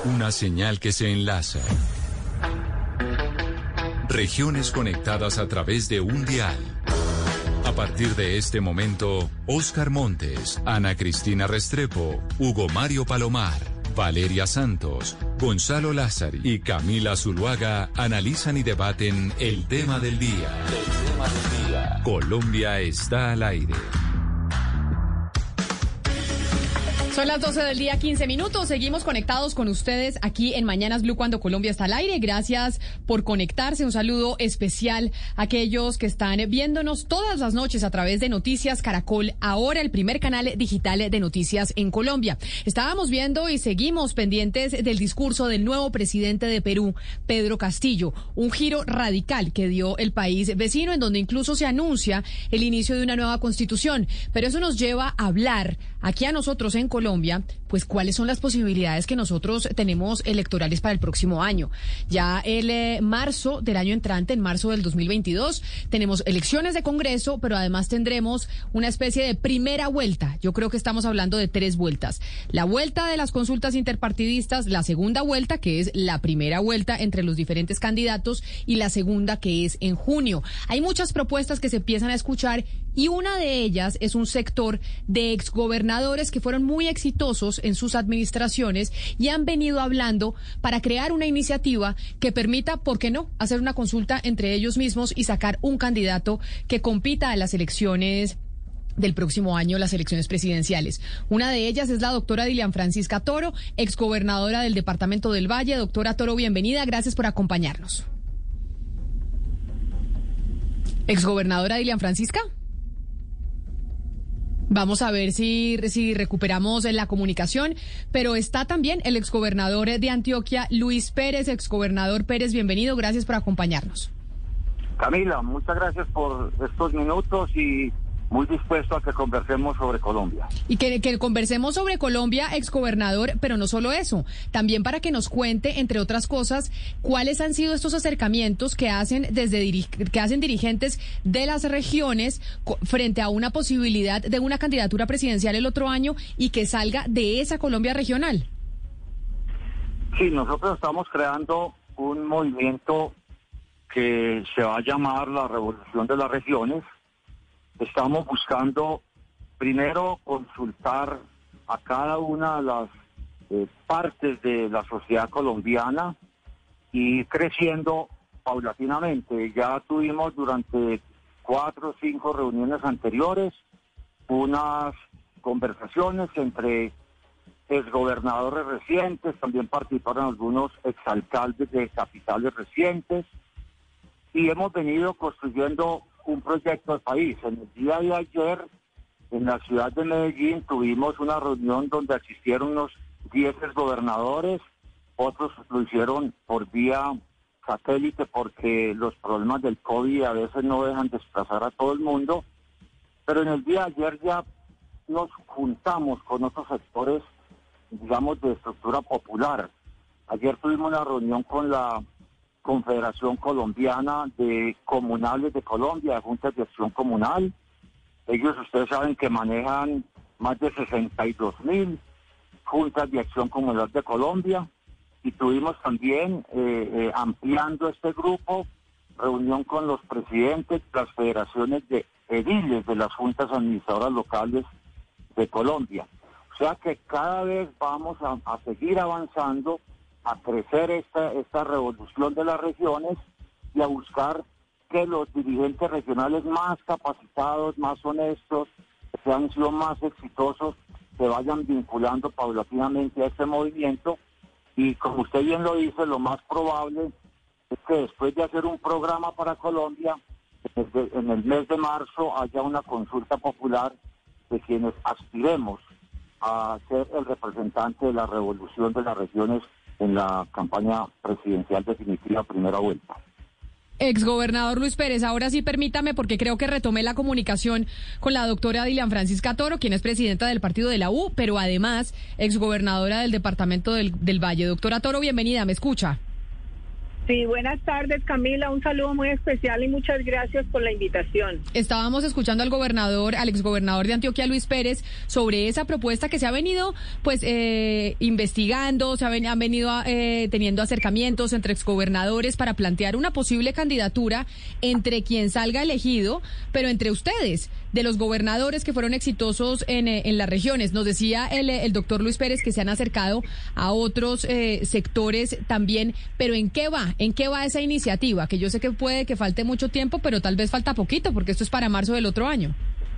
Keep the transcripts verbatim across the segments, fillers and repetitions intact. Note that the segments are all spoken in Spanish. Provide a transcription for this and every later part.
Una señal que se enlaza. Regiones conectadas a través de un dial. A partir de este momento, Óscar Montes, Ana Cristina Restrepo, Hugo Mario Palomar, Valeria Santos, Gonzalo Lázari y Camila Zuluaga analizan y debaten el tema del día. El tema del día. Colombia está al aire. Son las doce del día, quince minutos. Seguimos conectados con ustedes aquí en Mañanas Blue cuando Colombia está al aire. Gracias por conectarse. Un saludo especial a aquellos que están viéndonos todas las noches a través de Noticias Caracol, ahora el primer canal digital de noticias en Colombia. Estábamos viendo y seguimos pendientes del discurso del nuevo presidente de Perú, Pedro Castillo. Un giro radical que dio el país vecino, en donde incluso se anuncia el inicio de una nueva constitución. Pero eso nos lleva a hablar aquí a nosotros en Colombia. Colombia, pues cuáles son las posibilidades que nosotros tenemos electorales para el próximo año. Ya el eh, marzo del año entrante, en marzo del dos mil veintidós, tenemos elecciones de Congreso, pero además tendremos una especie de primera vuelta. Yo creo que estamos hablando de tres vueltas. La vuelta de las consultas interpartidistas, la segunda vuelta, que es la primera vuelta entre los diferentes candidatos, y la segunda, que es en junio. Hay muchas propuestas que se empiezan a escuchar y una de ellas es un sector de exgobernadores que fueron muy exitosos en sus administraciones y han venido hablando para crear una iniciativa que permita, ¿por qué no?, hacer una consulta entre ellos mismos y sacar un candidato que compita a las elecciones del próximo año, las elecciones presidenciales. Una de ellas es la doctora Dilian Francisca Toro, exgobernadora del departamento del Valle. Doctora Toro, bienvenida, gracias por acompañarnos. Exgobernadora Dilian Francisca. Vamos a ver si, si recuperamos la comunicación, pero está también el exgobernador de Antioquia, Luis Pérez. Exgobernador Pérez, bienvenido, gracias por acompañarnos. Camila, muchas gracias por estos minutos y muy dispuesto a que conversemos sobre Colombia. Y que, que conversemos sobre Colombia, exgobernador, pero no solo eso, también para que nos cuente, entre otras cosas, cuáles han sido estos acercamientos que hacen desde diri- que hacen dirigentes de las regiones co- frente a una posibilidad de una candidatura presidencial el otro año y que salga de esa Colombia regional. Sí, nosotros estamos creando un movimiento que se va a llamar la Revolución de las Regiones. Estamos buscando, primero, consultar a cada una de las eh, partes de la sociedad colombiana y creciendo paulatinamente. Ya tuvimos durante cuatro o cinco reuniones anteriores unas conversaciones entre exgobernadores recientes, también participaron algunos exalcaldes de capitales recientes y hemos venido construyendo un proyecto de país. En el día de ayer, en la ciudad de Medellín, tuvimos una reunión donde asistieron unos diez gobernadores, otros lo hicieron por vía satélite porque los problemas del COVID a veces no dejan desplazar a todo el mundo, pero en el día de ayer ya nos juntamos con otros sectores, digamos, de estructura popular. Ayer tuvimos una reunión con la Confederación Colombiana de Comunales de Colombia, de Juntas de Acción Comunal. Ellos, ustedes saben que manejan más de sesenta y dos mil Juntas de Acción Comunal de Colombia. Y tuvimos también, eh, eh, ampliando este grupo, reunión con los presidentes de las federaciones de ediles de las juntas administradoras locales de Colombia. O sea que cada vez vamos a, a seguir avanzando, a crecer esta, esta revolución de las regiones y a buscar que los dirigentes regionales más capacitados, más honestos, que han sido más exitosos, se vayan vinculando paulatinamente a este movimiento. Y como usted bien lo dice, lo más probable es que después de hacer un programa para Colombia, desde, en el mes de marzo haya una consulta popular de quienes aspiremos a ser el representante de la revolución de las regiones en la campaña presidencial definitiva primera vuelta. Exgobernador Luis Pérez, ahora sí permítame, porque creo que retomé la comunicación con la doctora Dilian Francisca Toro, quien es presidenta del partido de la U, pero además exgobernadora del departamento del, del Valle. Doctora Toro, bienvenida, ¿me escucha? Sí, buenas tardes, Camila. Un saludo muy especial y muchas gracias por la invitación. Estábamos escuchando al gobernador, al exgobernador de Antioquia, Luis Pérez, sobre esa propuesta que se ha venido pues eh, investigando, se ha ven, han venido eh, teniendo acercamientos entre exgobernadores para plantear una posible candidatura entre quien salga elegido, pero entre ustedes, de los gobernadores que fueron exitosos en, en las regiones. Nos decía el, el doctor Luis Pérez que se han acercado a otros eh, sectores también, pero ¿en qué va? ¿En qué va esa iniciativa? Que yo sé que puede que falte mucho tiempo, pero tal vez falta poquito, porque esto es para marzo del otro año.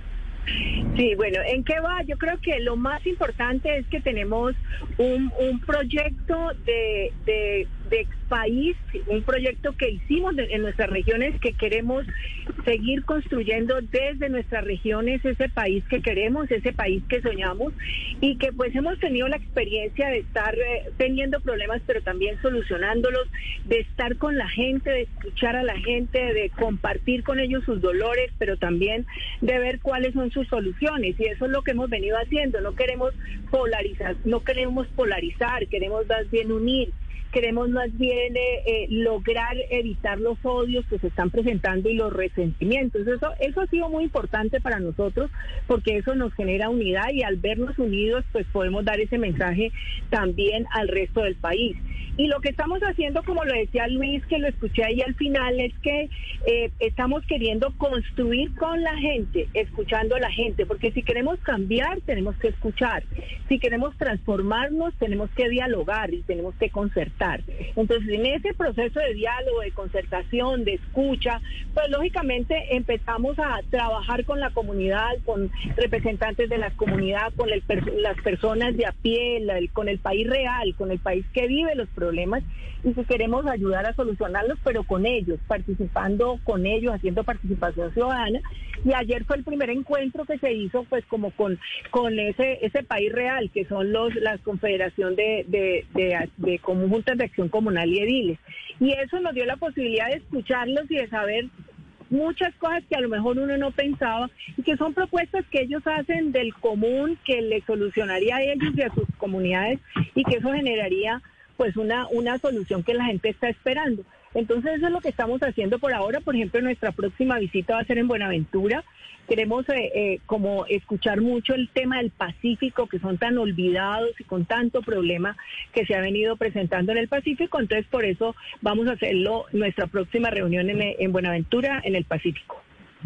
Sí, bueno, ¿en qué va? Yo creo que lo más importante es que tenemos un, un proyecto de, de, de país, un proyecto que hicimos en nuestras regiones, que queremos seguir construyendo desde nuestras regiones ese país que queremos, ese país que soñamos, y que pues hemos tenido la experiencia de estar eh, teniendo problemas, pero también solucionándolos, de estar con la gente, de escuchar a la gente, de compartir con ellos sus dolores, pero también de ver cuáles son sus soluciones, y eso es lo que hemos venido haciendo. No queremos polarizar, no queremos polarizar, queremos más bien unir. Queremos más bien eh, eh, lograr evitar los odios que se están presentando y los resentimientos. Eso, eso ha sido muy importante para nosotros, porque eso nos genera unidad, y al vernos unidos pues podemos dar ese mensaje también al resto del país. Y lo que estamos haciendo, como lo decía Luis, que lo escuché ahí al final, es que eh, estamos queriendo construir con la gente, escuchando a la gente, porque si queremos cambiar, tenemos que escuchar. Si queremos transformarnos, tenemos que dialogar y tenemos que concertar. Entonces, en ese proceso de diálogo, de concertación, de escucha, pues lógicamente empezamos a trabajar con la comunidad, con representantes de la comunidad, con el, las personas de a pie, la, el, con el país real, con el país que vive los problemas, y que queremos ayudar a solucionarlos, pero con ellos, participando con ellos, haciendo participación ciudadana. Y ayer fue el primer encuentro que se hizo pues como con, con ese, ese país real, que son los la Confederación de, de, de, de Conjuntas de Acción Comunal y Ediles. Y eso nos dio la posibilidad de escucharlos y de saber muchas cosas que a lo mejor uno no pensaba, y que son propuestas que ellos hacen del común, que les solucionaría a ellos y a sus comunidades, y que eso generaría pues una, una solución que la gente está esperando. Entonces eso es lo que estamos haciendo por ahora. Por ejemplo, nuestra próxima visita va a ser en Buenaventura. Queremos eh, eh, como escuchar mucho el tema del Pacífico, que son tan olvidados y con tanto problema que se ha venido presentando en el Pacífico. Entonces por eso vamos a hacerlo nuestra próxima reunión en, en Buenaventura, en el Pacífico.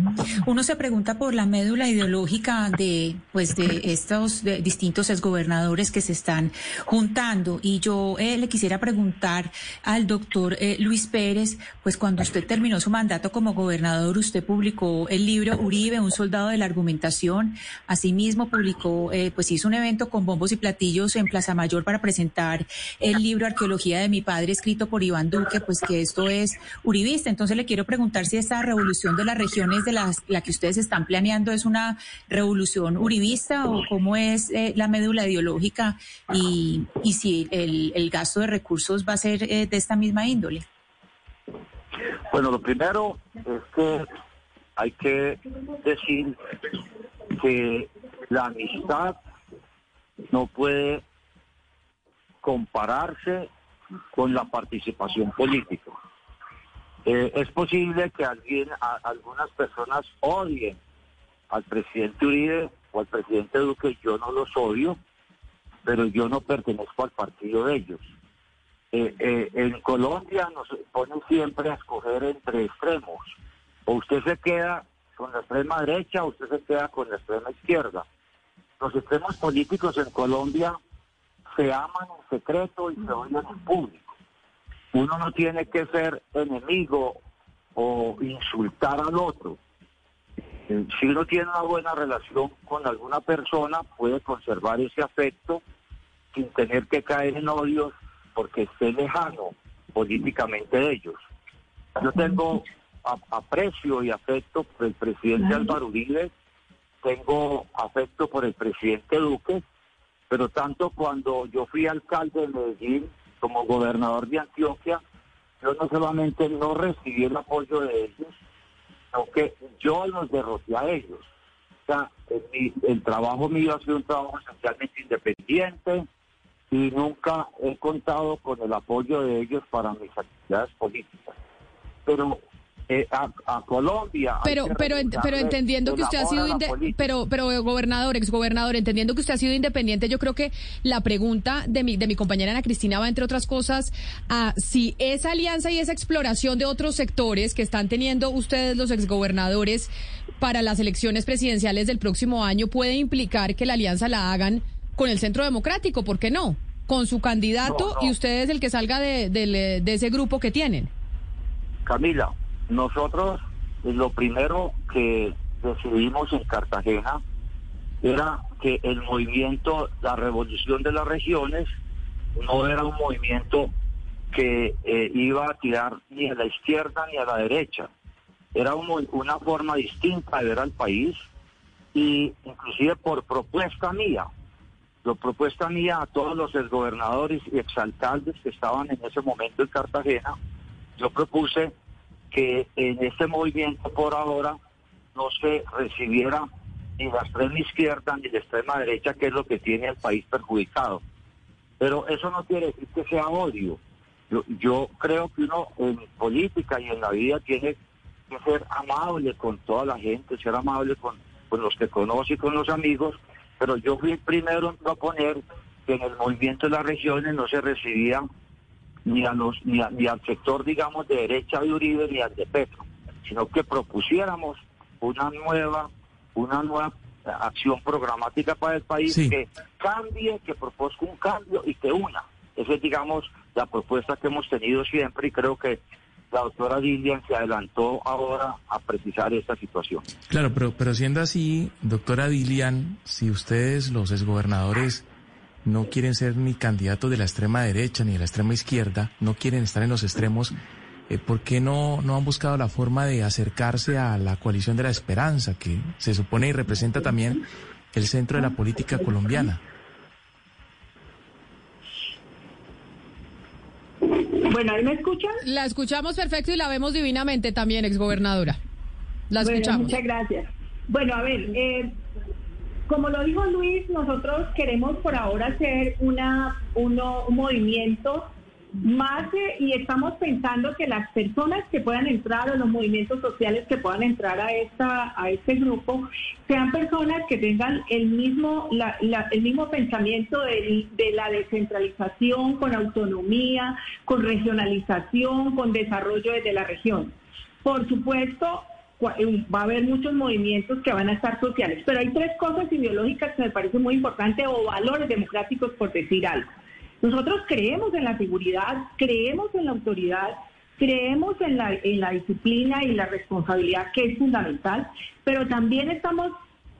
Uno se pregunta por la médula ideológica de pues de estos de distintos exgobernadores que se están juntando, y yo eh, le quisiera preguntar al doctor eh, Luis Pérez, pues cuando usted terminó su mandato como gobernador, usted publicó el libro Uribe, un soldado de la argumentación. Asimismo publicó, eh, pues hizo un evento con bombos y platillos en Plaza Mayor para presentar el libro Arqueología de mi padre, escrito por Iván Duque, pues que esto es uribista. Entonces le quiero preguntar si esta revolución de las regiones de la, la que ustedes están planeando es una revolución uribista, o cómo es eh, la médula ideológica, y, y si el, el gasto de recursos va a ser eh, de esta misma índole. Bueno, lo primero es que hay que decir que la amistad no puede compararse con la participación política. Eh, es posible que alguien, a, algunas personas odien al presidente Uribe o al presidente Duque. Yo no los odio, pero yo no pertenezco al partido de ellos. Eh, eh, en Colombia nos ponen siempre a escoger entre extremos. O usted se queda con la extrema derecha o usted se queda con la extrema izquierda. Los extremos políticos en Colombia se aman en secreto y se odian en público. Uno no tiene que ser enemigo o insultar al otro. Si uno tiene una buena relación con alguna persona, puede conservar ese afecto sin tener que caer en odios porque esté lejano políticamente de ellos. Yo tengo a, aprecio y afecto por el presidente Álvaro Uribe, tengo afecto por el presidente Duque, pero tanto cuando yo fui alcalde de Medellín como gobernador de Antioquia, yo no solamente no recibí el apoyo de ellos, sino que yo los derroté a ellos. O sea, el, el trabajo mío ha sido un trabajo esencialmente independiente, y nunca he contado con el apoyo de ellos para mis actividades políticas. Pero eh, a, a Colombia... Pero pero pero entendiendo que usted ha sido... Inde- pero, pero gobernador, exgobernador, entendiendo que usted ha sido independiente, yo creo que la pregunta de mi, de mi compañera Ana Cristina va, entre otras cosas, a si esa alianza y esa exploración de otros sectores que están teniendo ustedes, los exgobernadores, para las elecciones presidenciales del próximo año puede implicar que la alianza la hagan con el Centro Democrático, ¿por qué no? Con su candidato no, no. y usted es el que salga de, de, de ese grupo que tienen. Camila, nosotros lo primero que decidimos en Cartagena era que el movimiento, la revolución de las regiones, no era un movimiento que eh, iba a tirar ni a la izquierda ni a la derecha. Era un, una forma distinta de ver al país, y inclusive por propuesta mía, por propuesta mía a todos los exgobernadores y exalcaldes que estaban en ese momento en Cartagena, yo propuse que en este movimiento por ahora no se recibiera ni la extrema izquierda ni la extrema derecha, que es lo que tiene al país perjudicado. Pero eso no quiere decir que sea odio. Yo, yo creo que uno en política y en la vida tiene que ser amable con toda la gente, ser amable con, con los que conoce y con los amigos, pero yo fui el primero en proponer que en el movimiento de las regiones no se recibía ni a los ni, a, ni al sector, digamos, de derecha de Uribe ni al de Petro, sino que propusiéramos una nueva una nueva acción programática para el país, sí, que cambie, que proponga un cambio y que una. Esa es, digamos, la propuesta que hemos tenido siempre, y creo que la doctora Dilian se adelantó ahora a precisar esta situación. Claro, pero, pero siendo así, doctora Dilian, si ustedes, los exgobernadores, no quieren ser ni candidatos de la extrema derecha ni de la extrema izquierda, no quieren estar en los extremos, eh, ¿por qué no, no han buscado la forma de acercarse a la coalición de la esperanza, que se supone y representa también el centro de la política colombiana? Bueno, ¿ahí me escuchan? La escuchamos perfecto y la vemos divinamente también, exgobernadora. La escuchamos. Bueno, muchas gracias. Bueno, a ver, eh, como lo dijo Luis, nosotros queremos por ahora hacer una uno, un movimiento más de, y estamos pensando que las personas que puedan entrar, o los movimientos sociales que puedan entrar a esta a este grupo, sean personas que tengan el mismo la, la, el mismo pensamiento de, de la descentralización, con autonomía, con regionalización, con desarrollo desde la región. Por supuesto, va a haber muchos movimientos que van a estar sociales, pero hay tres cosas ideológicas que me parecen muy importantes, o valores democráticos, por decir algo. Nosotros creemos en la seguridad, creemos en la autoridad, creemos en la, en la disciplina y la responsabilidad, que es fundamental, pero también estamos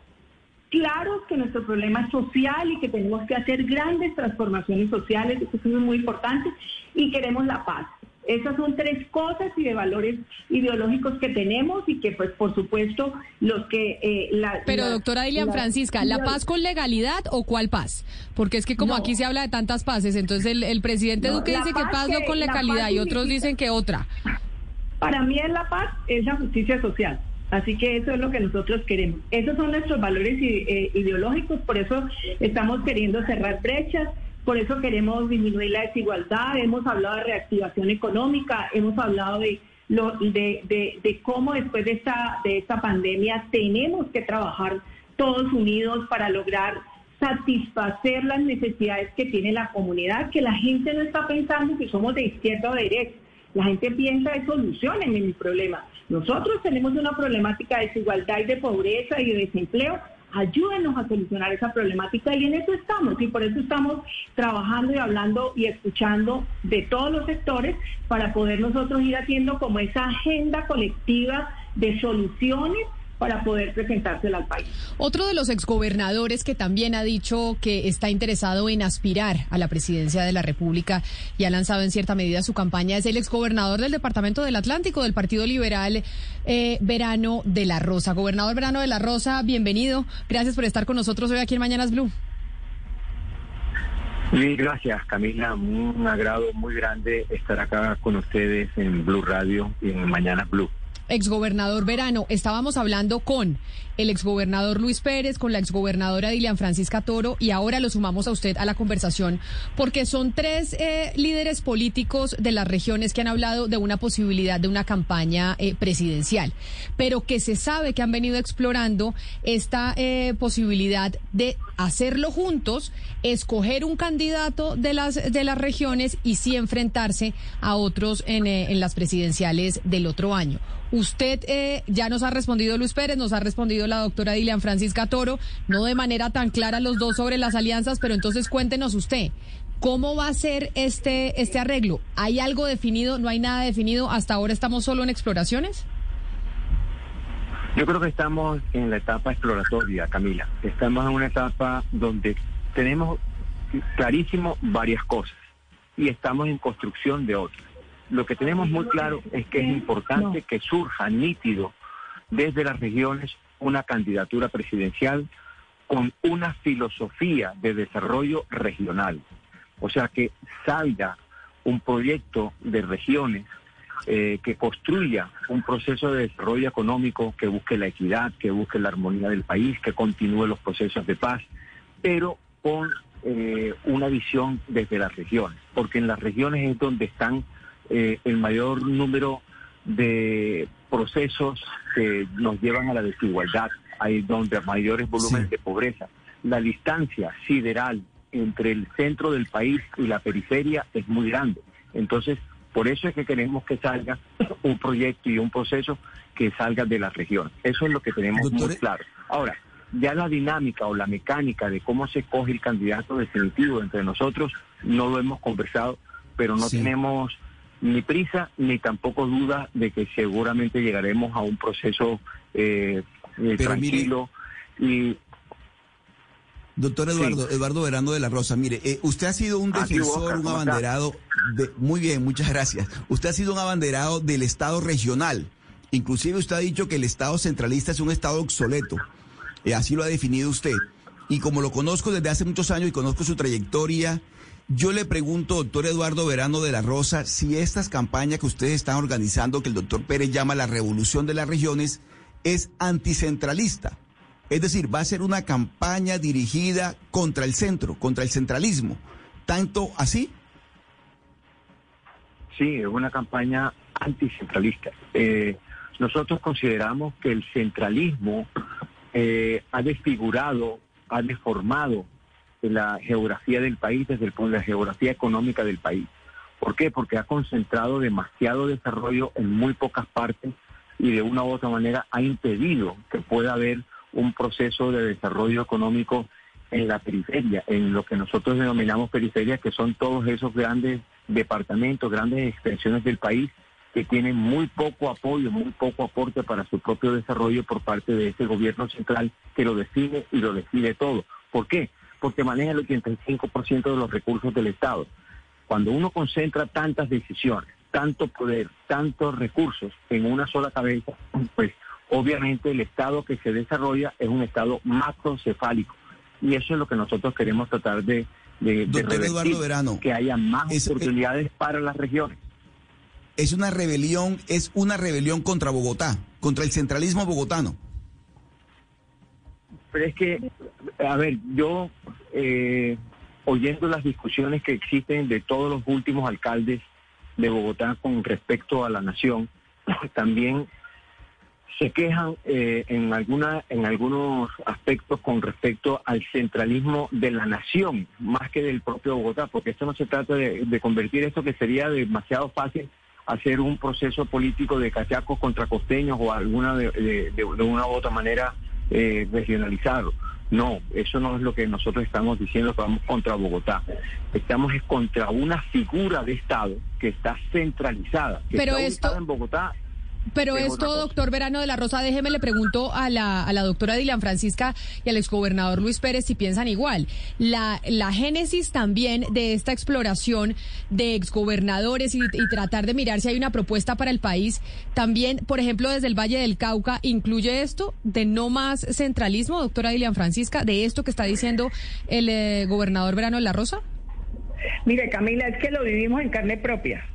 claros que nuestro problema es social y que tenemos que hacer grandes transformaciones sociales, eso es muy importante, y queremos la paz. Esas son tres cosas y de valores ideológicos que tenemos, y que, pues, por supuesto, los que... Eh, la, Pero, la, doctora Dilian la, Francisca, ¿la paz con legalidad o cuál paz? Porque es que como no. aquí se habla de tantas paces, entonces el, el presidente no, Duque dice que paz no con legalidad y otros dicen que otra. Para mí la paz es la justicia social. Así que eso es lo que nosotros queremos. Esos son nuestros valores eh, ideológicos, por eso estamos queriendo cerrar brechas. Por eso queremos disminuir la desigualdad, hemos hablado de reactivación económica, hemos hablado de, lo, de, de, de cómo después de esta, de esta pandemia tenemos que trabajar todos unidos para lograr satisfacer las necesidades que tiene la comunidad, que la gente no está pensando que somos de izquierda o de derecha, la gente piensa de soluciones en el problema. Nosotros tenemos una problemática de desigualdad y de pobreza y de desempleo. Ayúdenos a solucionar esa problemática, y en eso estamos, y por eso estamos trabajando y hablando y escuchando de todos los sectores para poder nosotros ir haciendo como esa agenda colectiva de soluciones para poder presentársela al país. Otro de los exgobernadores que también ha dicho que está interesado en aspirar a la presidencia de la República y ha lanzado en cierta medida su campaña es el exgobernador del Departamento del Atlántico del Partido Liberal, eh, Verano de la Rosa. Gobernador Verano de la Rosa, bienvenido. Gracias por estar con nosotros hoy aquí en Mañanas Blue. Sí, gracias, Camila. Un agrado muy grande estar acá con ustedes en Blue Radio y en Mañanas Blue. exgobernador Verano, estábamos hablando con el exgobernador Luis Pérez, con la exgobernadora Dilian Francisca Toro, y ahora lo sumamos a usted a la conversación, porque son tres eh, líderes políticos de las regiones que han hablado de una posibilidad de una campaña eh, presidencial, pero que se sabe que han venido explorando esta eh, posibilidad de hacerlo juntos, escoger un candidato de las de las regiones y sí enfrentarse a otros en, eh, en las presidenciales del otro año. Usted eh, ya nos ha respondido Luis Pérez, nos ha respondido la doctora Dilian Francisca Toro, no de manera tan clara los dos sobre las alianzas, pero entonces cuéntenos usted, ¿cómo va a ser este, este arreglo? ¿Hay algo definido? ¿No hay nada definido? ¿Hasta ahora estamos solo en exploraciones? Yo creo que estamos en la etapa exploratoria, Camila. Estamos en una etapa donde tenemos clarísimo varias cosas y estamos en construcción de otras. Lo que tenemos muy claro es que es importante que surja nítido desde las regiones una candidatura presidencial con una filosofía de desarrollo regional. O sea, que salga un proyecto de regiones eh, que construya un proceso de desarrollo económico que busque la equidad, que busque la armonía del país, que continúe los procesos de paz, pero con eh, una visión desde las regiones, porque en las regiones es donde están Eh, el mayor número de procesos que nos llevan a la desigualdad, hay donde mayores volúmenes sí. de pobreza. La distancia sideral entre el centro del país y la periferia es muy grande. Entonces, por eso es que queremos que salga un proyecto y un proceso que salga de la región. Eso es lo que tenemos Doctor... muy claro. Ahora, ya la dinámica o la mecánica de cómo se escoge el candidato definitivo entre nosotros, no lo hemos conversado, pero no sí. tenemos ni prisa ni tampoco duda de que seguramente llegaremos a un proceso eh, eh, tranquilo. Mire, y doctor Eduardo, sí. Eduardo Verano de la Rosa, mire, eh, usted ha sido un defensor, ah, un abanderado, de, muy bien, muchas gracias. Usted ha sido un abanderado del Estado regional. Inclusive usted ha dicho que el Estado centralista es un Estado obsoleto. Eh, así lo ha definido usted. Y como lo conozco desde hace muchos años y conozco su trayectoria, yo le pregunto, doctor Eduardo Verano de la Rosa, si estas campañas que ustedes están organizando, que el doctor Pérez llama la revolución de las regiones, es anticentralista. Es decir, va a ser una campaña dirigida contra el centro, contra el centralismo. ¿Tanto así? Sí, es una campaña anticentralista. Eh, nosotros consideramos que el centralismo eh, ha desfigurado, ha deformado la geografía del país desde el punto de la geografía económica del país. ¿Por qué? Porque ha concentrado demasiado desarrollo en muy pocas partes y de una u otra manera ha impedido que pueda haber un proceso de desarrollo económico en la periferia, en lo que nosotros denominamos periferia, que son todos esos grandes departamentos, grandes extensiones del país que tienen muy poco apoyo, muy poco aporte para su propio desarrollo por parte de ese gobierno central que lo define y lo decide todo. ¿Por qué? Porque maneja el ochenta y cinco por ciento de los recursos del Estado. Cuando uno concentra tantas decisiones, tanto poder, tantos recursos en una sola cabeza, pues obviamente el Estado que se desarrolla es un Estado macrocefálico. Y eso es lo que nosotros queremos tratar de, de, de revertir, Eduardo Verano, que haya más es, oportunidades es, para las regiones. Es una rebelión, es una rebelión contra Bogotá, contra el centralismo bogotano. Pero es que, a ver, yo, eh, oyendo las discusiones que existen de todos los últimos alcaldes de Bogotá con respecto a la nación, también se quejan eh, en alguna, en algunos aspectos con respecto al centralismo de la nación, más que del propio Bogotá, porque esto no se trata de, de convertir esto que sería demasiado fácil, hacer un proceso político de cachacos contra costeños o alguna de, de, de, de una u otra manera eh, regionalizarlo. No, eso no es lo que nosotros estamos diciendo, que vamos contra Bogotá. Estamos es contra una figura de Estado que está centralizada, que Pero está esto... ubicada en Bogotá. Pero esto, doctor Verano de la Rosa, déjeme le pregunto a la, a la doctora Dilian Francisca y al exgobernador Luis Pérez si piensan igual. La, la génesis también de esta exploración de exgobernadores y, y tratar de mirar si hay una propuesta para el país, también, por ejemplo, desde el Valle del Cauca, ¿incluye esto de no más centralismo, doctora Dilian Francisca, de esto que está diciendo el eh, gobernador Verano de la Rosa? Mire, Camila, es que lo vivimos en carne propia.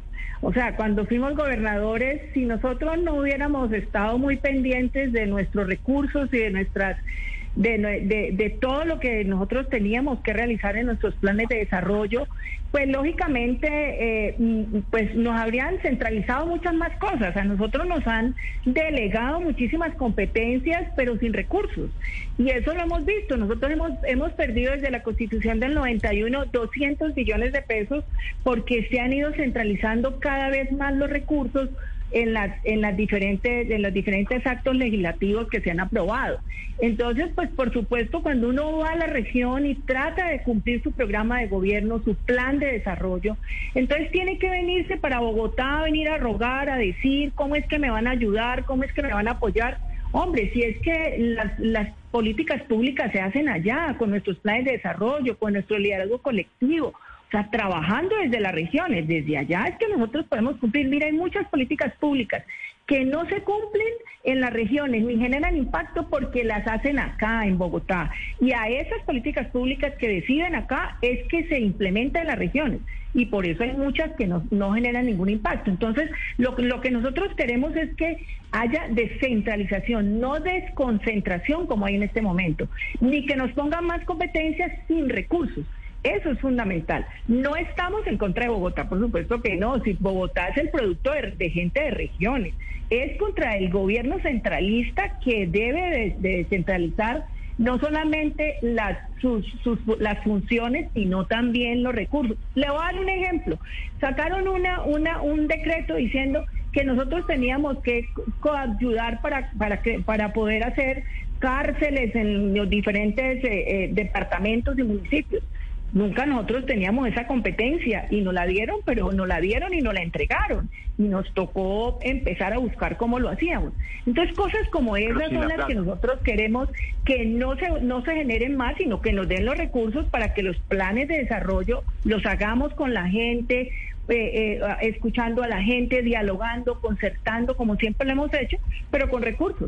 O sea, cuando fuimos gobernadores, si nosotros no hubiéramos estado muy pendientes de nuestros recursos y de nuestras De, de, de todo lo que nosotros teníamos que realizar en nuestros planes de desarrollo, pues lógicamente eh, pues nos habrían centralizado muchas más cosas. A nosotros nos han delegado muchísimas competencias, pero sin recursos. Y eso lo hemos visto. Nosotros hemos, hemos perdido desde la Constitución del noventa y uno doscientos billones de pesos porque se han ido centralizando cada vez más los recursos en las en las diferentes en los diferentes actos legislativos que se han aprobado. Entonces, pues por supuesto, cuando uno va a la región y trata de cumplir su programa de gobierno, su plan de desarrollo, entonces tiene que venirse para Bogotá, venir a rogar, a decir cómo es que me van a ayudar, cómo es que me van a apoyar. Hombre, si es que las, las políticas públicas se hacen allá, con nuestros planes de desarrollo, con nuestro liderazgo colectivo, o sea, trabajando desde las regiones, desde allá es que nosotros podemos cumplir. Mira, hay muchas políticas públicas que no se cumplen en las regiones ni generan impacto porque las hacen acá en Bogotá. Y a esas políticas públicas que deciden acá es que se implementa en las regiones. Y por eso hay muchas que no, no generan ningún impacto. Entonces, lo, lo que nosotros queremos es que haya descentralización, no desconcentración como hay en este momento, ni que nos pongan más competencias sin recursos. Eso es fundamental. No estamos en contra de Bogotá, por supuesto que no. Si Bogotá es el producto de, de gente de regiones, es contra el gobierno centralista que debe de, de descentralizar no solamente las sus, sus las funciones, sino también los recursos. Le voy a dar un ejemplo. Sacaron una una un decreto diciendo que nosotros teníamos que coayudar para para que para poder hacer cárceles en los diferentes eh, eh, departamentos y municipios. Nunca nosotros teníamos esa competencia y nos la dieron, pero nos la dieron y nos la entregaron. Y nos tocó empezar a buscar cómo lo hacíamos. Entonces, cosas como esas son las que nosotros queremos que no se, no se generen más, sino que nos den los recursos para que los planes de desarrollo los hagamos con la gente, eh, eh, escuchando a la gente, dialogando, concertando, como siempre lo hemos hecho, pero con recursos.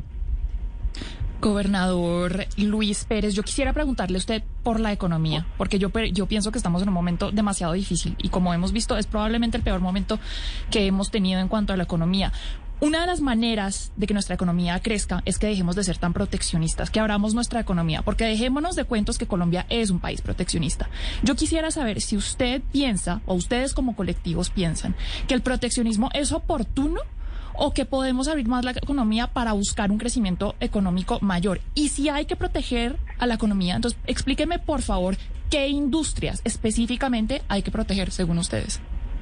Gobernador Luis Pérez, yo quisiera preguntarle a usted por la economía, porque yo, yo pienso que estamos en un momento demasiado difícil y como hemos visto es probablemente el peor momento que hemos tenido en cuanto a la economía. Una de las maneras de que nuestra economía crezca es que dejemos de ser tan proteccionistas, que abramos nuestra economía, porque dejémonos de cuentos que Colombia es un país proteccionista. Yo quisiera saber si usted piensa, o ustedes como colectivos piensan, que el proteccionismo es oportuno o que podemos abrir más la economía para buscar un crecimiento económico mayor. Y si hay que proteger a la economía, entonces explíqueme, por favor, qué industrias específicamente hay que proteger, según ustedes.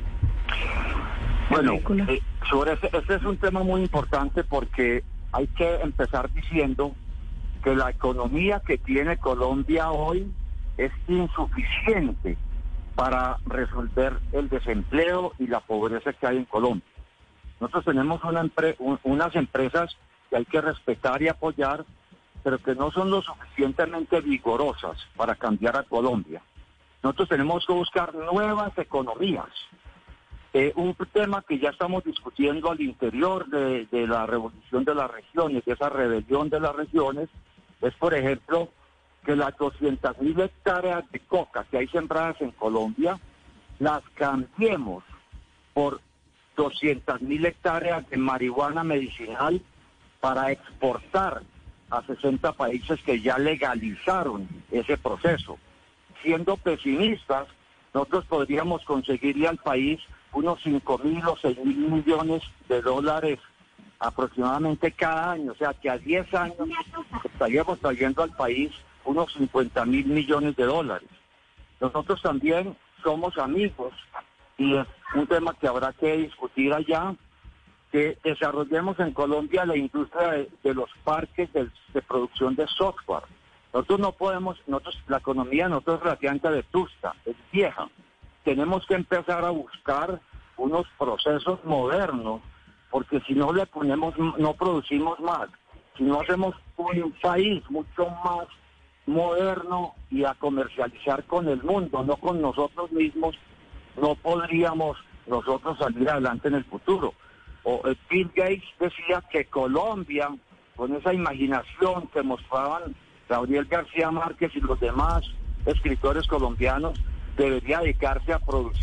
Bueno, eh, sobre este, este es un tema muy importante porque hay que empezar diciendo que la economía que tiene Colombia hoy es insuficiente para resolver el desempleo y la pobreza que hay en Colombia. Nosotros tenemos una empre un, unas empresas que hay que respetar y apoyar, pero que no son lo suficientemente vigorosas para cambiar a Colombia. Nosotros tenemos que buscar nuevas economías. Eh, un tema que ya estamos discutiendo al interior de, de la revolución de las regiones, de esa rebelión de las regiones, es, por ejemplo, que las doscientas mil hectáreas de coca que hay sembradas en Colombia, las cambiemos por doscientas mil hectáreas de marihuana medicinal para exportar a sesenta países que ya legalizaron ese proceso. Siendo pesimistas, nosotros podríamos conseguirle al país unos cinco mil o seis mil millones de dólares aproximadamente cada año, o sea que a diez años estaríamos trayendo al país unos cincuenta mil millones de dólares. Nosotros también somos amigos y es un tema que habrá que discutir allá, que desarrollemos en Colombia la industria de, de los parques de, de producción de software. Nosotros no podemos, nosotros la economía nosotros es relativamente vetusta, es vieja. Tenemos que empezar a buscar unos procesos modernos, porque si no le ponemos, no producimos más. Si no hacemos un país mucho más moderno y a comercializar con el mundo, no con nosotros mismos, no podríamos nosotros salir adelante en el futuro. O eh, Bill Gates decía que Colombia, con esa imaginación que mostraban Gabriel García Márquez y los demás escritores colombianos, debería dedicarse a producir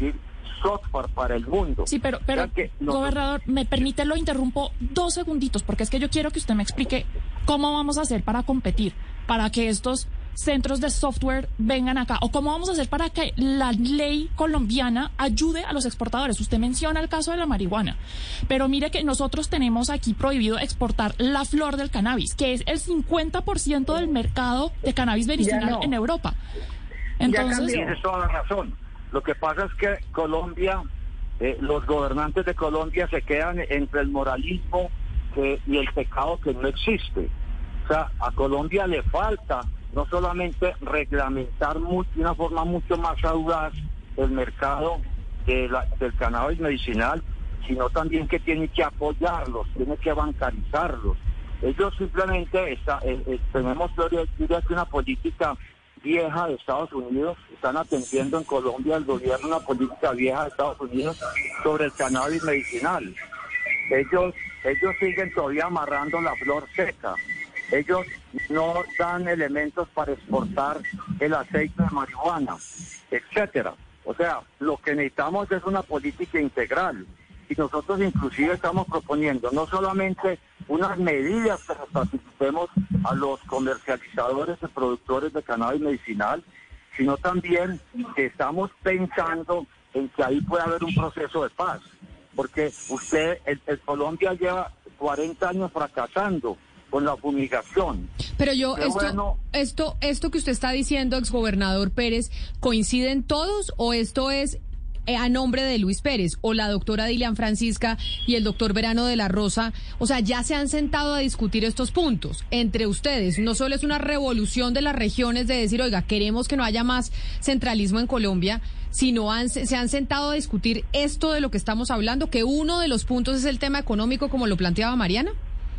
software para el mundo. Sí, pero, pero o sea que nosotros... gobernador, me permite, lo interrumpo dos segunditos, porque es que yo quiero que usted me explique cómo vamos a hacer para competir, para que estos centros de software vengan acá, o cómo vamos a hacer para que la ley colombiana ayude a los exportadores. Usted menciona el caso de la marihuana, pero mire que nosotros tenemos aquí prohibido exportar la flor del cannabis, que es el cincuenta por ciento del mercado de cannabis medicinal no. en Europa. Entonces, tienes toda la razón. Lo que pasa es que Colombia, eh, los gobernantes de Colombia se quedan entre el moralismo que, y el pecado que no existe. O sea, a Colombia le falta no solamente reglamentar mucho, de una forma mucho más audaz el mercado de la, del cannabis medicinal, sino también que tiene que apoyarlos, tiene que bancarizarlos. Ellos simplemente, está, eh, eh, tenemos diría que una política vieja de Estados Unidos, están atendiendo en Colombia el gobierno una política vieja de Estados Unidos sobre el cannabis medicinal. Ellos, ellos siguen todavía amarrando la flor seca. Ellos no dan elementos para exportar el aceite de marihuana, etcétera. O sea, lo que necesitamos es una política integral. Y nosotros inclusive estamos proponiendo no solamente unas medidas que nos participemos a los comercializadores y productores de cannabis medicinal, sino también que estamos pensando en que ahí puede haber un proceso de paz. Porque usted, el, el Colombia lleva cuarenta años fracasando con la fumigación. Pero yo, Pero esto, bueno, esto, esto que usted está diciendo, exgobernador Pérez, ¿coinciden todos o esto es eh, a nombre de Luis Pérez o la doctora Dilian Francisca y el doctor Verano de la Rosa? O sea, ya se han sentado a discutir estos puntos entre ustedes. No solo es una revolución de las regiones de decir, oiga, queremos que no haya más centralismo en Colombia, sino han, se han sentado a discutir esto de lo que estamos hablando, que uno de los puntos es el tema económico, como lo planteaba Mariana.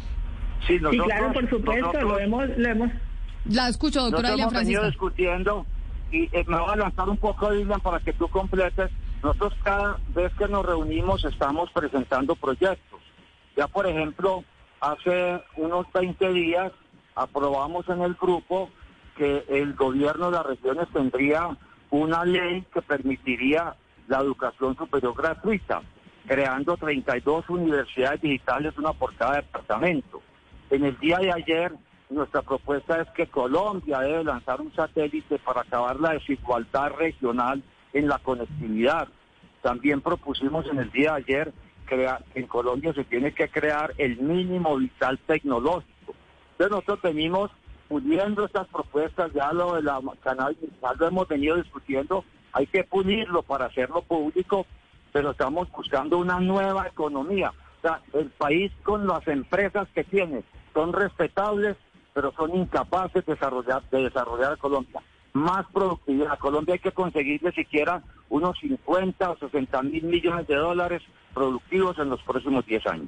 Sí, nosotros, sí, claro, por supuesto, nosotros, lo hemos, lo hemos... La escucho, doctora Dilian Francisca. Hemos venido discutiendo y eh, me voy a lanzar un poco, Dilian, para que tú completes. Nosotros cada vez que nos reunimos estamos presentando proyectos. Ya, por ejemplo, hace unos veinte días aprobamos en el grupo que el gobierno de las regiones tendría una ley que permitiría la educación superior gratuita, creando treinta y dos universidades digitales, una por cada departamento. En el día de ayer, nuestra propuesta es que Colombia debe lanzar un satélite para acabar la desigualdad regional en la conectividad. También propusimos en el día de ayer que en Colombia se tiene que crear el mínimo vital tecnológico. Entonces nosotros venimos puliendo estas propuestas, ya lo de la cannabis medicinal lo hemos venido discutiendo, hay que pulirlo para hacerlo público, pero estamos buscando una nueva economía. O sea, el país con las empresas que tiene son respetables, pero son incapaces de desarrollar, de desarrollar a Colombia. Más productividad. A Colombia hay que conseguirle siquiera unos cincuenta o sesenta mil millones de dólares productivos en los próximos diez años.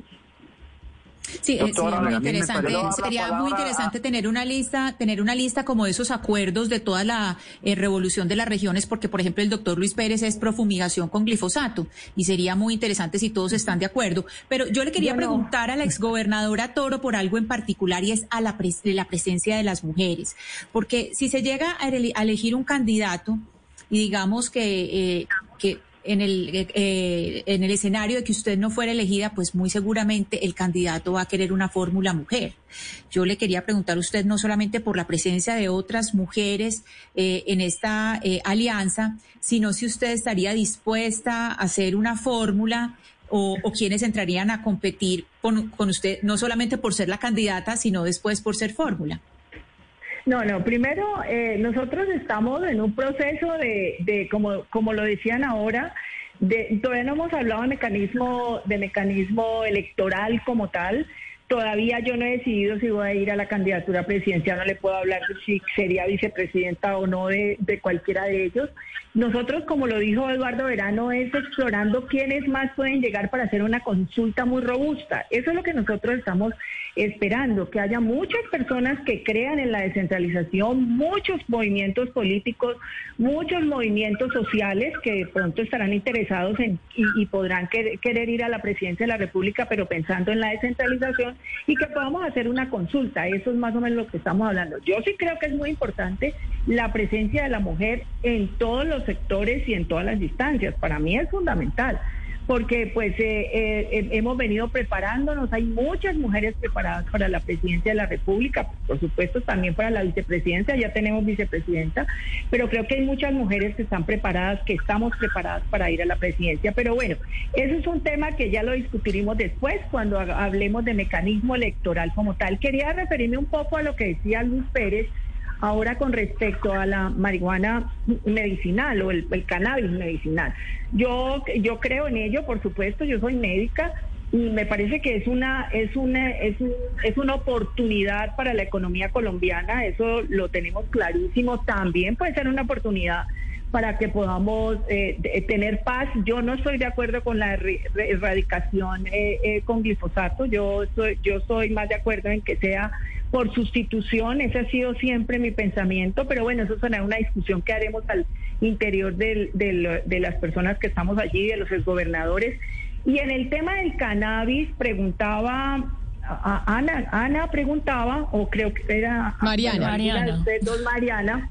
Sí, Doctora, sí, muy me interesante. Sería muy interesante tener una lista, tener una lista como de esos acuerdos de toda la eh, revolución de las regiones, porque, por ejemplo, el doctor Luis Pérez es pro fumigación con glifosato, y sería muy interesante si todos están de acuerdo. Pero yo le quería bueno. preguntar a la exgobernadora Toro por algo en particular, y es a la, pres la presencia de las mujeres. Porque si se llega a, a elegir un candidato, y digamos que, eh, que en el eh, en el escenario de que usted no fuera elegida, pues muy seguramente el candidato va a querer una fórmula mujer. Yo le quería preguntar a usted no solamente por la presencia de otras mujeres eh, en esta eh, alianza, sino si usted estaría dispuesta a hacer una fórmula o, o quienes entrarían a competir con, con usted, no solamente por ser la candidata, sino después por ser fórmula. No, no, primero eh, nosotros estamos en un proceso de, de como, como lo decían ahora, de, todavía no hemos hablado de mecanismo, de mecanismo electoral como tal. Todavía yo no he decidido si voy a ir a la candidatura presidencial, no le puedo hablar de si sería vicepresidenta o no de, de cualquiera de ellos. Nosotros, como lo dijo Eduardo Verano, es explorando quiénes más pueden llegar para hacer una consulta muy robusta. Eso es lo que nosotros estamos esperando, que haya muchas personas que crean en la descentralización, muchos movimientos políticos, muchos movimientos sociales que de pronto estarán interesados en y, y podrán querer, querer ir a la presidencia de la República, pero pensando en la descentralización, y que podamos hacer una consulta. Eso es más o menos lo que estamos hablando. Yo sí creo que es muy importante la presencia de la mujer en todos los los sectores y en todas las distancias. Para mí es fundamental, porque pues eh, eh, hemos venido preparándonos, hay muchas mujeres preparadas para la presidencia de la República, por supuesto también para la vicepresidencia, ya tenemos vicepresidenta, pero creo que hay muchas mujeres que están preparadas, que estamos preparadas para ir a la presidencia. Pero bueno, eso es un tema que ya lo discutiremos después cuando hablemos de mecanismo electoral como tal. Quería referirme un poco a lo que decía Luis Pérez ahora con respecto a la marihuana medicinal o el, el cannabis medicinal. Yo, yo creo en ello, por supuesto, yo soy médica y me parece que es una, es una, es un, es una oportunidad para la economía colombiana, eso lo tenemos clarísimo. También puede ser una oportunidad para que podamos eh, de, tener paz. Yo no estoy de acuerdo con la re, re, erradicación eh, eh, con glifosato, yo soy, yo soy más de acuerdo en que sea por sustitución, ese ha sido siempre mi pensamiento, pero bueno, eso será una discusión que haremos al interior del, del, de las personas que estamos allí, de los exgobernadores. Y en el tema del cannabis, preguntaba a Ana, Ana preguntaba, o creo que era Mariana, Mariana. Usted, don Mariana,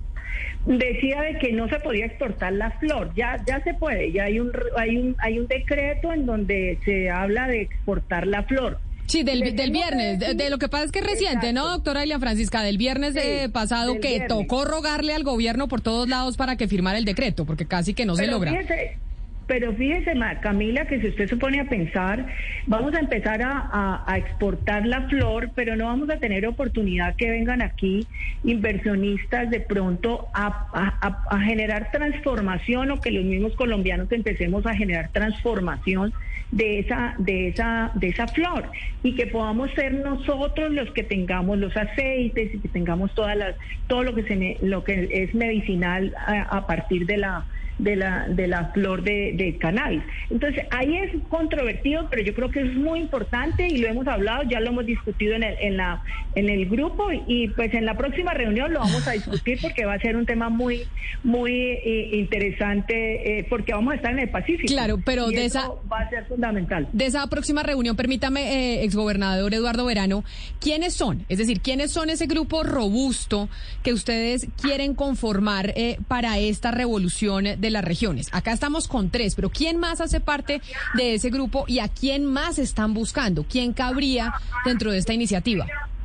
decía de que no se podía exportar la flor. Ya ya se puede, ya hay un hay un hay un decreto en donde se habla de exportar la flor. Sí, del, del viernes, de, de lo que pasa es que es reciente, exacto, ¿no, doctora Ilia Francisca? Del viernes sí, eh, pasado que viernes. Tocó rogarle al gobierno por todos lados para que firmara el decreto, porque casi que no pero se logra. Fíjese, pero fíjese, Camila, que si usted se pone a pensar, vamos a empezar a, a, a exportar la flor, pero no vamos a tener oportunidad que vengan aquí inversionistas de pronto a, a, a generar transformación, o que los mismos colombianos empecemos a generar transformación de esa de esa de esa flor, y que podamos ser nosotros los que tengamos los aceites y que tengamos todas las todo lo que se lo que es medicinal a, a partir de la de la de la flor de, de cannabis. Entonces ahí es controvertido, pero yo creo que es muy importante y lo hemos hablado, ya lo hemos discutido en el en la en el grupo, y pues en la próxima reunión lo vamos a discutir porque va a ser un tema muy muy eh, interesante, eh, porque vamos a estar en el Pacífico. Claro, pero y de eso esa va a ser fundamental. De esa próxima reunión, permítame, eh, exgobernador Eduardo Verano, ¿quiénes son? Es decir, ¿quiénes son ese grupo robusto que ustedes quieren conformar eh, para esta revolución de las regiones? Acá estamos con tres, pero ¿quién más hace parte de ese grupo y a quién más están buscando? ¿Quién cabría dentro de esta iniciativa?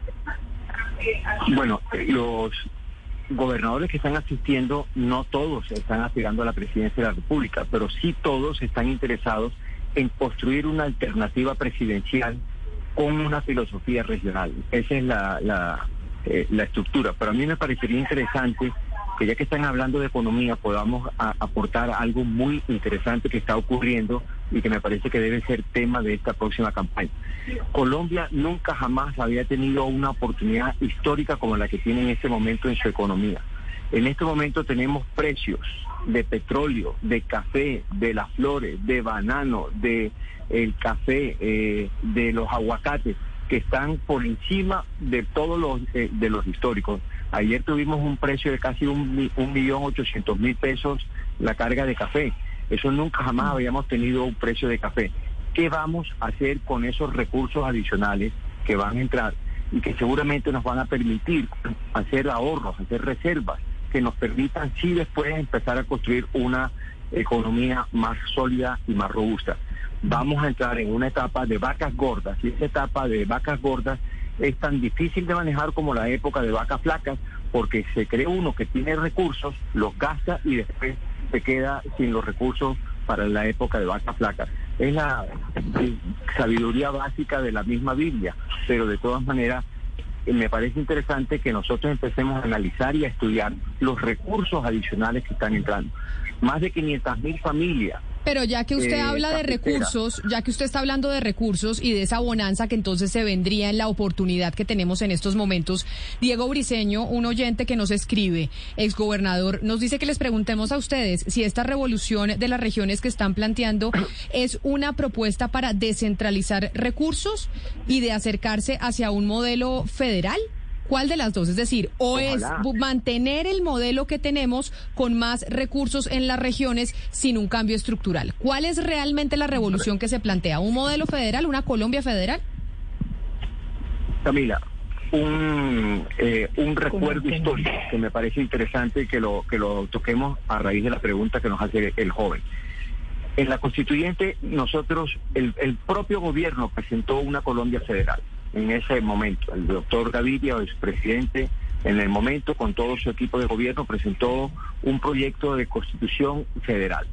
Bueno, los gobernadores que están asistiendo, no todos están aspirando a la presidencia de la República, pero sí todos están interesados en construir una alternativa presidencial con una filosofía regional. Esa es la, la, eh, la estructura. Pero a mí me parecería interesante que, ya que están hablando de economía, podamos a, aportar algo muy interesante que está ocurriendo y que me parece que debe ser tema de esta próxima campaña. Colombia nunca jamás había tenido una oportunidad histórica como la que tiene en este momento en su economía. En este momento tenemos precios de petróleo, de café, de las flores, de banano, de el café, eh, de los aguacates, que están por encima de todos los eh, de los históricos. Ayer tuvimos un precio de casi un, un millón ochocientos mil pesos la carga de café. Eso nunca jamás habíamos tenido un precio de café. ¿Qué vamos a hacer con esos recursos adicionales que van a entrar y que seguramente nos van a permitir hacer ahorros, hacer reservas que nos permitan sí después empezar a construir una economía más sólida y más robusta? Vamos a entrar en una etapa de vacas gordas, y esa etapa de vacas gordas es tan difícil de manejar como la época de vacas flacas, porque se cree uno que tiene recursos, los gasta y después se queda sin los recursos para la época de vacas flacas. Es la sabiduría básica de la misma Biblia, pero de todas maneras me parece interesante que nosotros empecemos a analizar y a estudiar los recursos adicionales que están entrando. Más de quinientas mil familias. Pero ya que usted eh, habla de recursos, ya que usted está hablando de recursos y de esa bonanza que entonces se vendría en la oportunidad que tenemos en estos momentos, Diego Briceño, un oyente que nos escribe, exgobernador, nos dice que les preguntemos a ustedes si esta revolución de las regiones que están planteando es una propuesta para descentralizar recursos y de acercarse hacia un modelo federal. ¿Cuál de las dos? Es decir, o Ojalá. es mantener el modelo que tenemos con más recursos en las regiones sin un cambio estructural. ¿Cuál es realmente la revolución que se plantea? ¿Un modelo federal, una Colombia federal? Camila, un, eh, un recuerdo histórico que me parece interesante que lo, que lo toquemos a raíz de la pregunta que nos hace el joven. En la constituyente, nosotros, el, el propio gobierno presentó una Colombia federal en ese momento. El doctor Gaviria, expresidente, en el momento, con todo su equipo de gobierno, presentó un proyecto de constitución federal.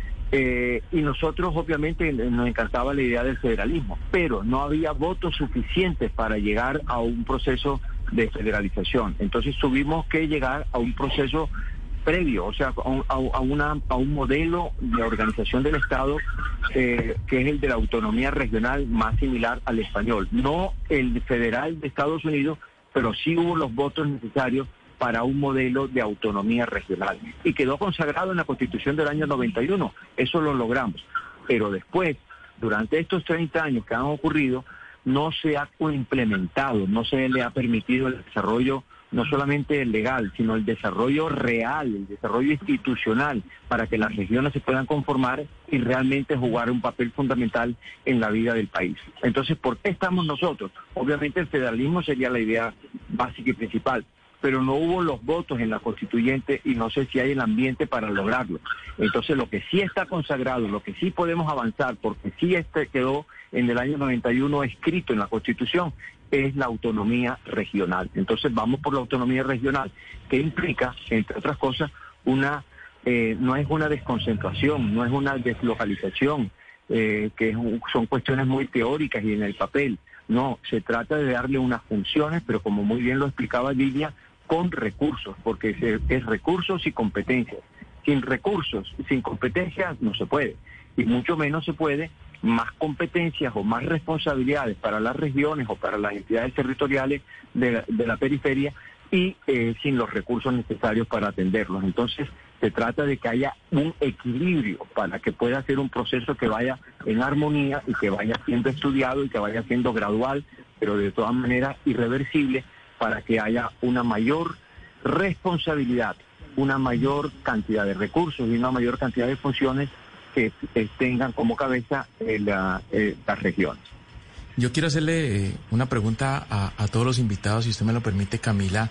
Eh, y nosotros, obviamente, nos encantaba la idea del federalismo, pero no había votos suficientes para llegar a un proceso de federalización. Entonces tuvimos que llegar a un proceso previo, o sea, a, a, una, a un modelo de organización del Estado eh, que es el de la autonomía regional, más similar al español. No el federal de Estados Unidos, pero sí hubo los votos necesarios para un modelo de autonomía regional. Y quedó consagrado en la Constitución del año noventa y uno. Eso lo logramos. Pero después, durante estos treinta años que han ocurrido, no se ha implementado, no se le ha permitido el desarrollo no solamente el legal, sino el desarrollo real, el desarrollo institucional, para que las regiones se puedan conformar y realmente jugar un papel fundamental en la vida del país. Entonces, ¿por qué estamos nosotros? Obviamente el federalismo sería la idea básica y principal, pero no hubo los votos en la constituyente y no sé si hay el ambiente para lograrlo. Entonces, lo que sí está consagrado, lo que sí podemos avanzar, porque sí este quedó en el año noventa y uno escrito en la Constitución, es la autonomía regional. Entonces vamos por la autonomía regional, que implica, entre otras cosas, una eh, no es una desconcentración, no es una deslocalización, eh, que es un, son cuestiones muy teóricas y en el papel. No, se trata de darle unas funciones, pero como muy bien lo explicaba Lidia, con recursos, porque es, es recursos y competencias. Sin recursos, sin competencias, no se puede. Y mucho menos se puede más competencias o más responsabilidades para las regiones o para las entidades territoriales de, de la periferia y eh, sin los recursos necesarios para atenderlos. Entonces, se trata de que haya un equilibrio para que pueda ser un proceso que vaya en armonía y que vaya siendo estudiado y que vaya siendo gradual, pero de todas maneras irreversible, para que haya una mayor responsabilidad, una mayor cantidad de recursos y una mayor cantidad de funciones que eh, tengan como cabeza eh, la, eh, las regiones. Yo quiero hacerle eh, una pregunta a, a todos los invitados, si usted me lo permite, Camila,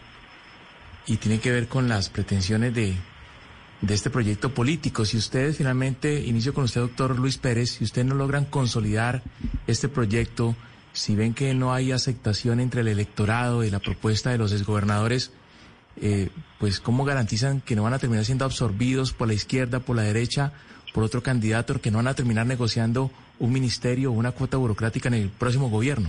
y tiene que ver con las pretensiones de, de este proyecto político. Si ustedes finalmente, inicio con usted, doctor Luis Pérez, si ustedes no logran consolidar este proyecto, si ven que no hay aceptación entre el electorado y la propuesta de los exgobernadores, eh, pues ¿cómo garantizan que no van a terminar siendo absorbidos por la izquierda, por la derecha, por otro candidato, que no van a terminar negociando un ministerio o una cuota burocrática en el próximo gobierno?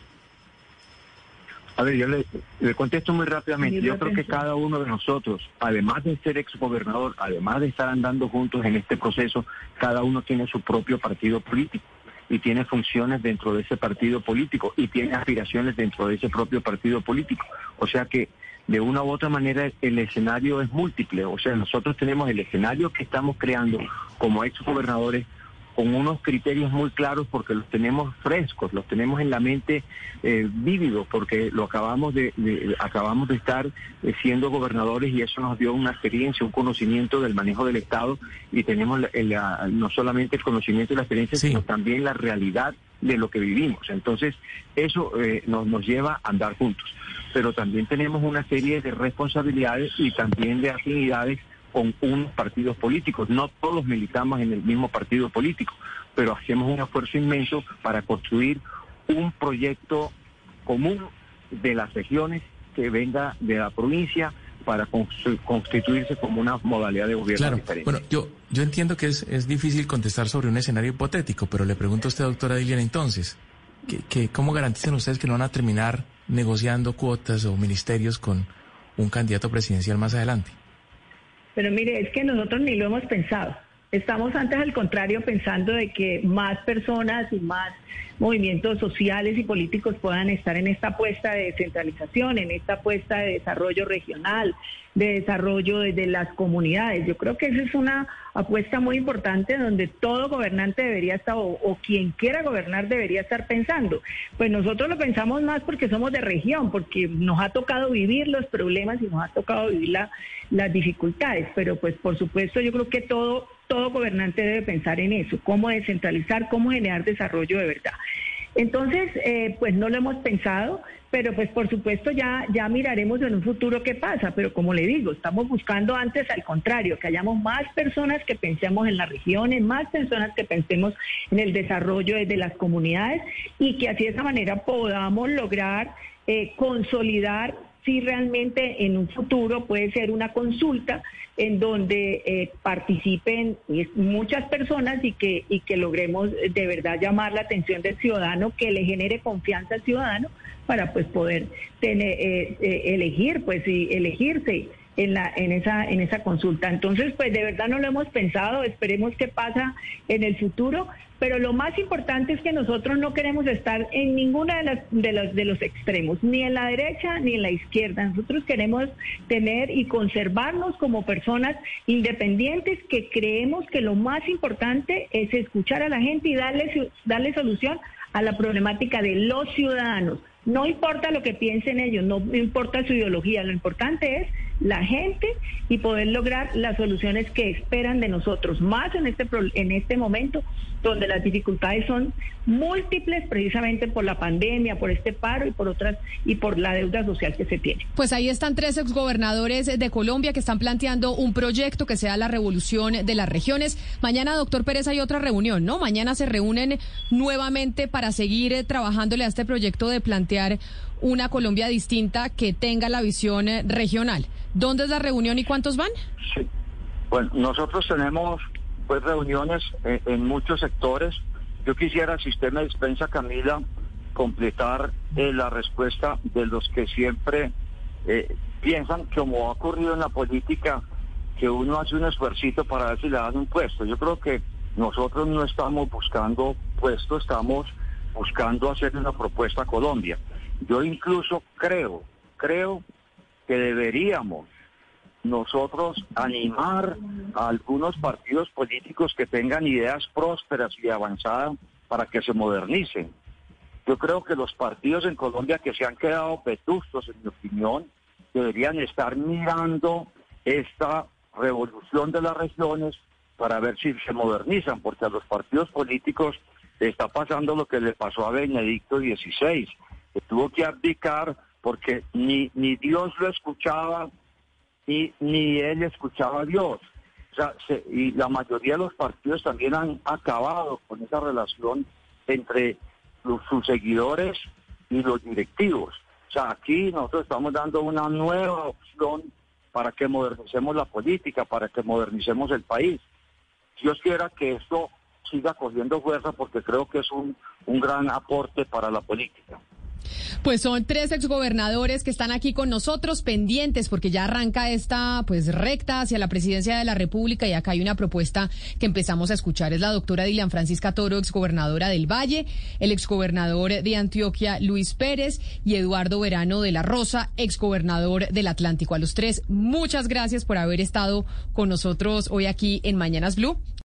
A ver, yo le, le contesto muy rápidamente. Yo creo que cada uno de nosotros, además de ser exgobernador, además de estar andando juntos en este proceso, cada uno tiene su propio partido político y tiene funciones dentro de ese partido político y tiene aspiraciones dentro de ese propio partido político. O sea que de una u otra manera el escenario es múltiple. O sea, nosotros tenemos el escenario que estamos creando como exgobernadores con unos criterios muy claros porque los tenemos frescos, los tenemos en la mente eh, vívidos, porque lo acabamos de, de acabamos de estar eh, siendo gobernadores y eso nos dio una experiencia, un conocimiento del manejo del Estado y tenemos la, la, no solamente el conocimiento y la experiencia, sí, sino también la realidad de lo que vivimos. Entonces, eso eh, nos, nos lleva a andar juntos. Pero también tenemos una serie de responsabilidades y también de afinidades con unos partidos políticos. No todos militamos en el mismo partido político, pero hacemos un esfuerzo inmenso para construir un proyecto común de las regiones que venga de la provincia para constituirse como una modalidad de gobierno claro, diferente. Bueno, yo, yo entiendo que es, es difícil contestar sobre un escenario hipotético, pero le pregunto a usted, doctora Dilian, entonces, que, que, ¿cómo garantizan ustedes que no van a terminar negociando cuotas o ministerios con un candidato presidencial más adelante? Pero mire, es que nosotros ni lo hemos pensado. Estamos antes, al contrario, pensando de que más personas y más movimientos sociales y políticos puedan estar en esta apuesta de descentralización, en esta apuesta de desarrollo regional, de desarrollo de, de las comunidades. Yo creo que esa es una apuesta muy importante donde todo gobernante debería estar, o, o quien quiera gobernar debería estar pensando. Pues nosotros lo pensamos más porque somos de región, porque nos ha tocado vivir los problemas y nos ha tocado vivir la, las dificultades, pero pues por supuesto yo creo que todo... Todo gobernante debe pensar en eso, cómo descentralizar, cómo generar desarrollo de verdad. Entonces, eh, pues no lo hemos pensado, pero pues por supuesto ya, ya miraremos en un futuro qué pasa, pero como le digo, estamos buscando antes al contrario, que hayamos más personas que pensemos en las regiones, más personas que pensemos en el desarrollo de las comunidades y que así de esa manera podamos lograr eh, consolidar si realmente en un futuro puede ser una consulta en donde eh, participen muchas personas y que, y que logremos de verdad llamar la atención del ciudadano, que le genere confianza al ciudadano para pues poder tener, eh, eh, elegir, pues y elegirse en la en esa en esa consulta. Entonces, pues de verdad no lo hemos pensado, esperemos qué pasa en el futuro, pero lo más importante es que nosotros no queremos estar en ninguna de las de los de los extremos, ni en la derecha ni en la izquierda. Nosotros queremos tener y conservarnos como personas independientes que creemos que lo más importante es escuchar a la gente y darle darle solución a la problemática de los ciudadanos. No importa lo que piensen ellos, no importa su ideología, lo importante es la gente y poder lograr las soluciones que esperan de nosotros, más en este en este momento donde las dificultades son múltiples precisamente por la pandemia, por este paro y por otras y por la deuda social que se tiene. Pues ahí están tres exgobernadores de Colombia que están planteando un proyecto que sea la revolución de las regiones. Mañana, doctor Pérez, hay otra reunión, ¿no? Mañana se reúnen nuevamente para seguir eh, trabajándole a este proyecto de plantear una Colombia distinta que tenga la visión eh, regional. ¿Dónde es la reunión y cuántos van? Sí. Bueno, nosotros tenemos pues reuniones en, en muchos sectores. Yo quisiera, si usted me dispensa, Camila, completar eh, la respuesta de los que siempre eh, piensan, como ha ocurrido en la política, que uno hace un esfuercito para ver si le dan un puesto. Yo creo que nosotros no estamos buscando puesto, estamos buscando hacer una propuesta a Colombia. Yo incluso creo, creo que deberíamos nosotros animar a algunos partidos políticos que tengan ideas prósperas y avanzadas para que se modernicen. Yo creo que los partidos en Colombia que se han quedado vetustos, en mi opinión, deberían estar mirando esta revolución de las regiones para ver si se modernizan, porque a los partidos políticos le está pasando lo que le pasó a Benedicto dieciséis, que tuvo que abdicar porque ni, ni Dios lo escuchaba, ni, ni él escuchaba a Dios. O sea, se, y la mayoría de los partidos también han acabado con esa relación entre los, sus seguidores y los directivos. O sea, aquí nosotros estamos dando una nueva opción para que modernicemos la política, para que modernicemos el país. Dios quiera que esto siga cogiendo fuerza, porque creo que es un, un gran aporte para la política. Pues son tres exgobernadores que están aquí con nosotros pendientes porque ya arranca esta pues recta hacia la presidencia de la República y acá hay una propuesta que empezamos a escuchar. Es la doctora Dilian Francisca Toro, exgobernadora del Valle, el exgobernador de Antioquia, Luis Pérez, y Eduardo Verano de la Rosa, exgobernador del Atlántico. A los tres, muchas gracias por haber estado con nosotros hoy aquí en Mañanas Blue.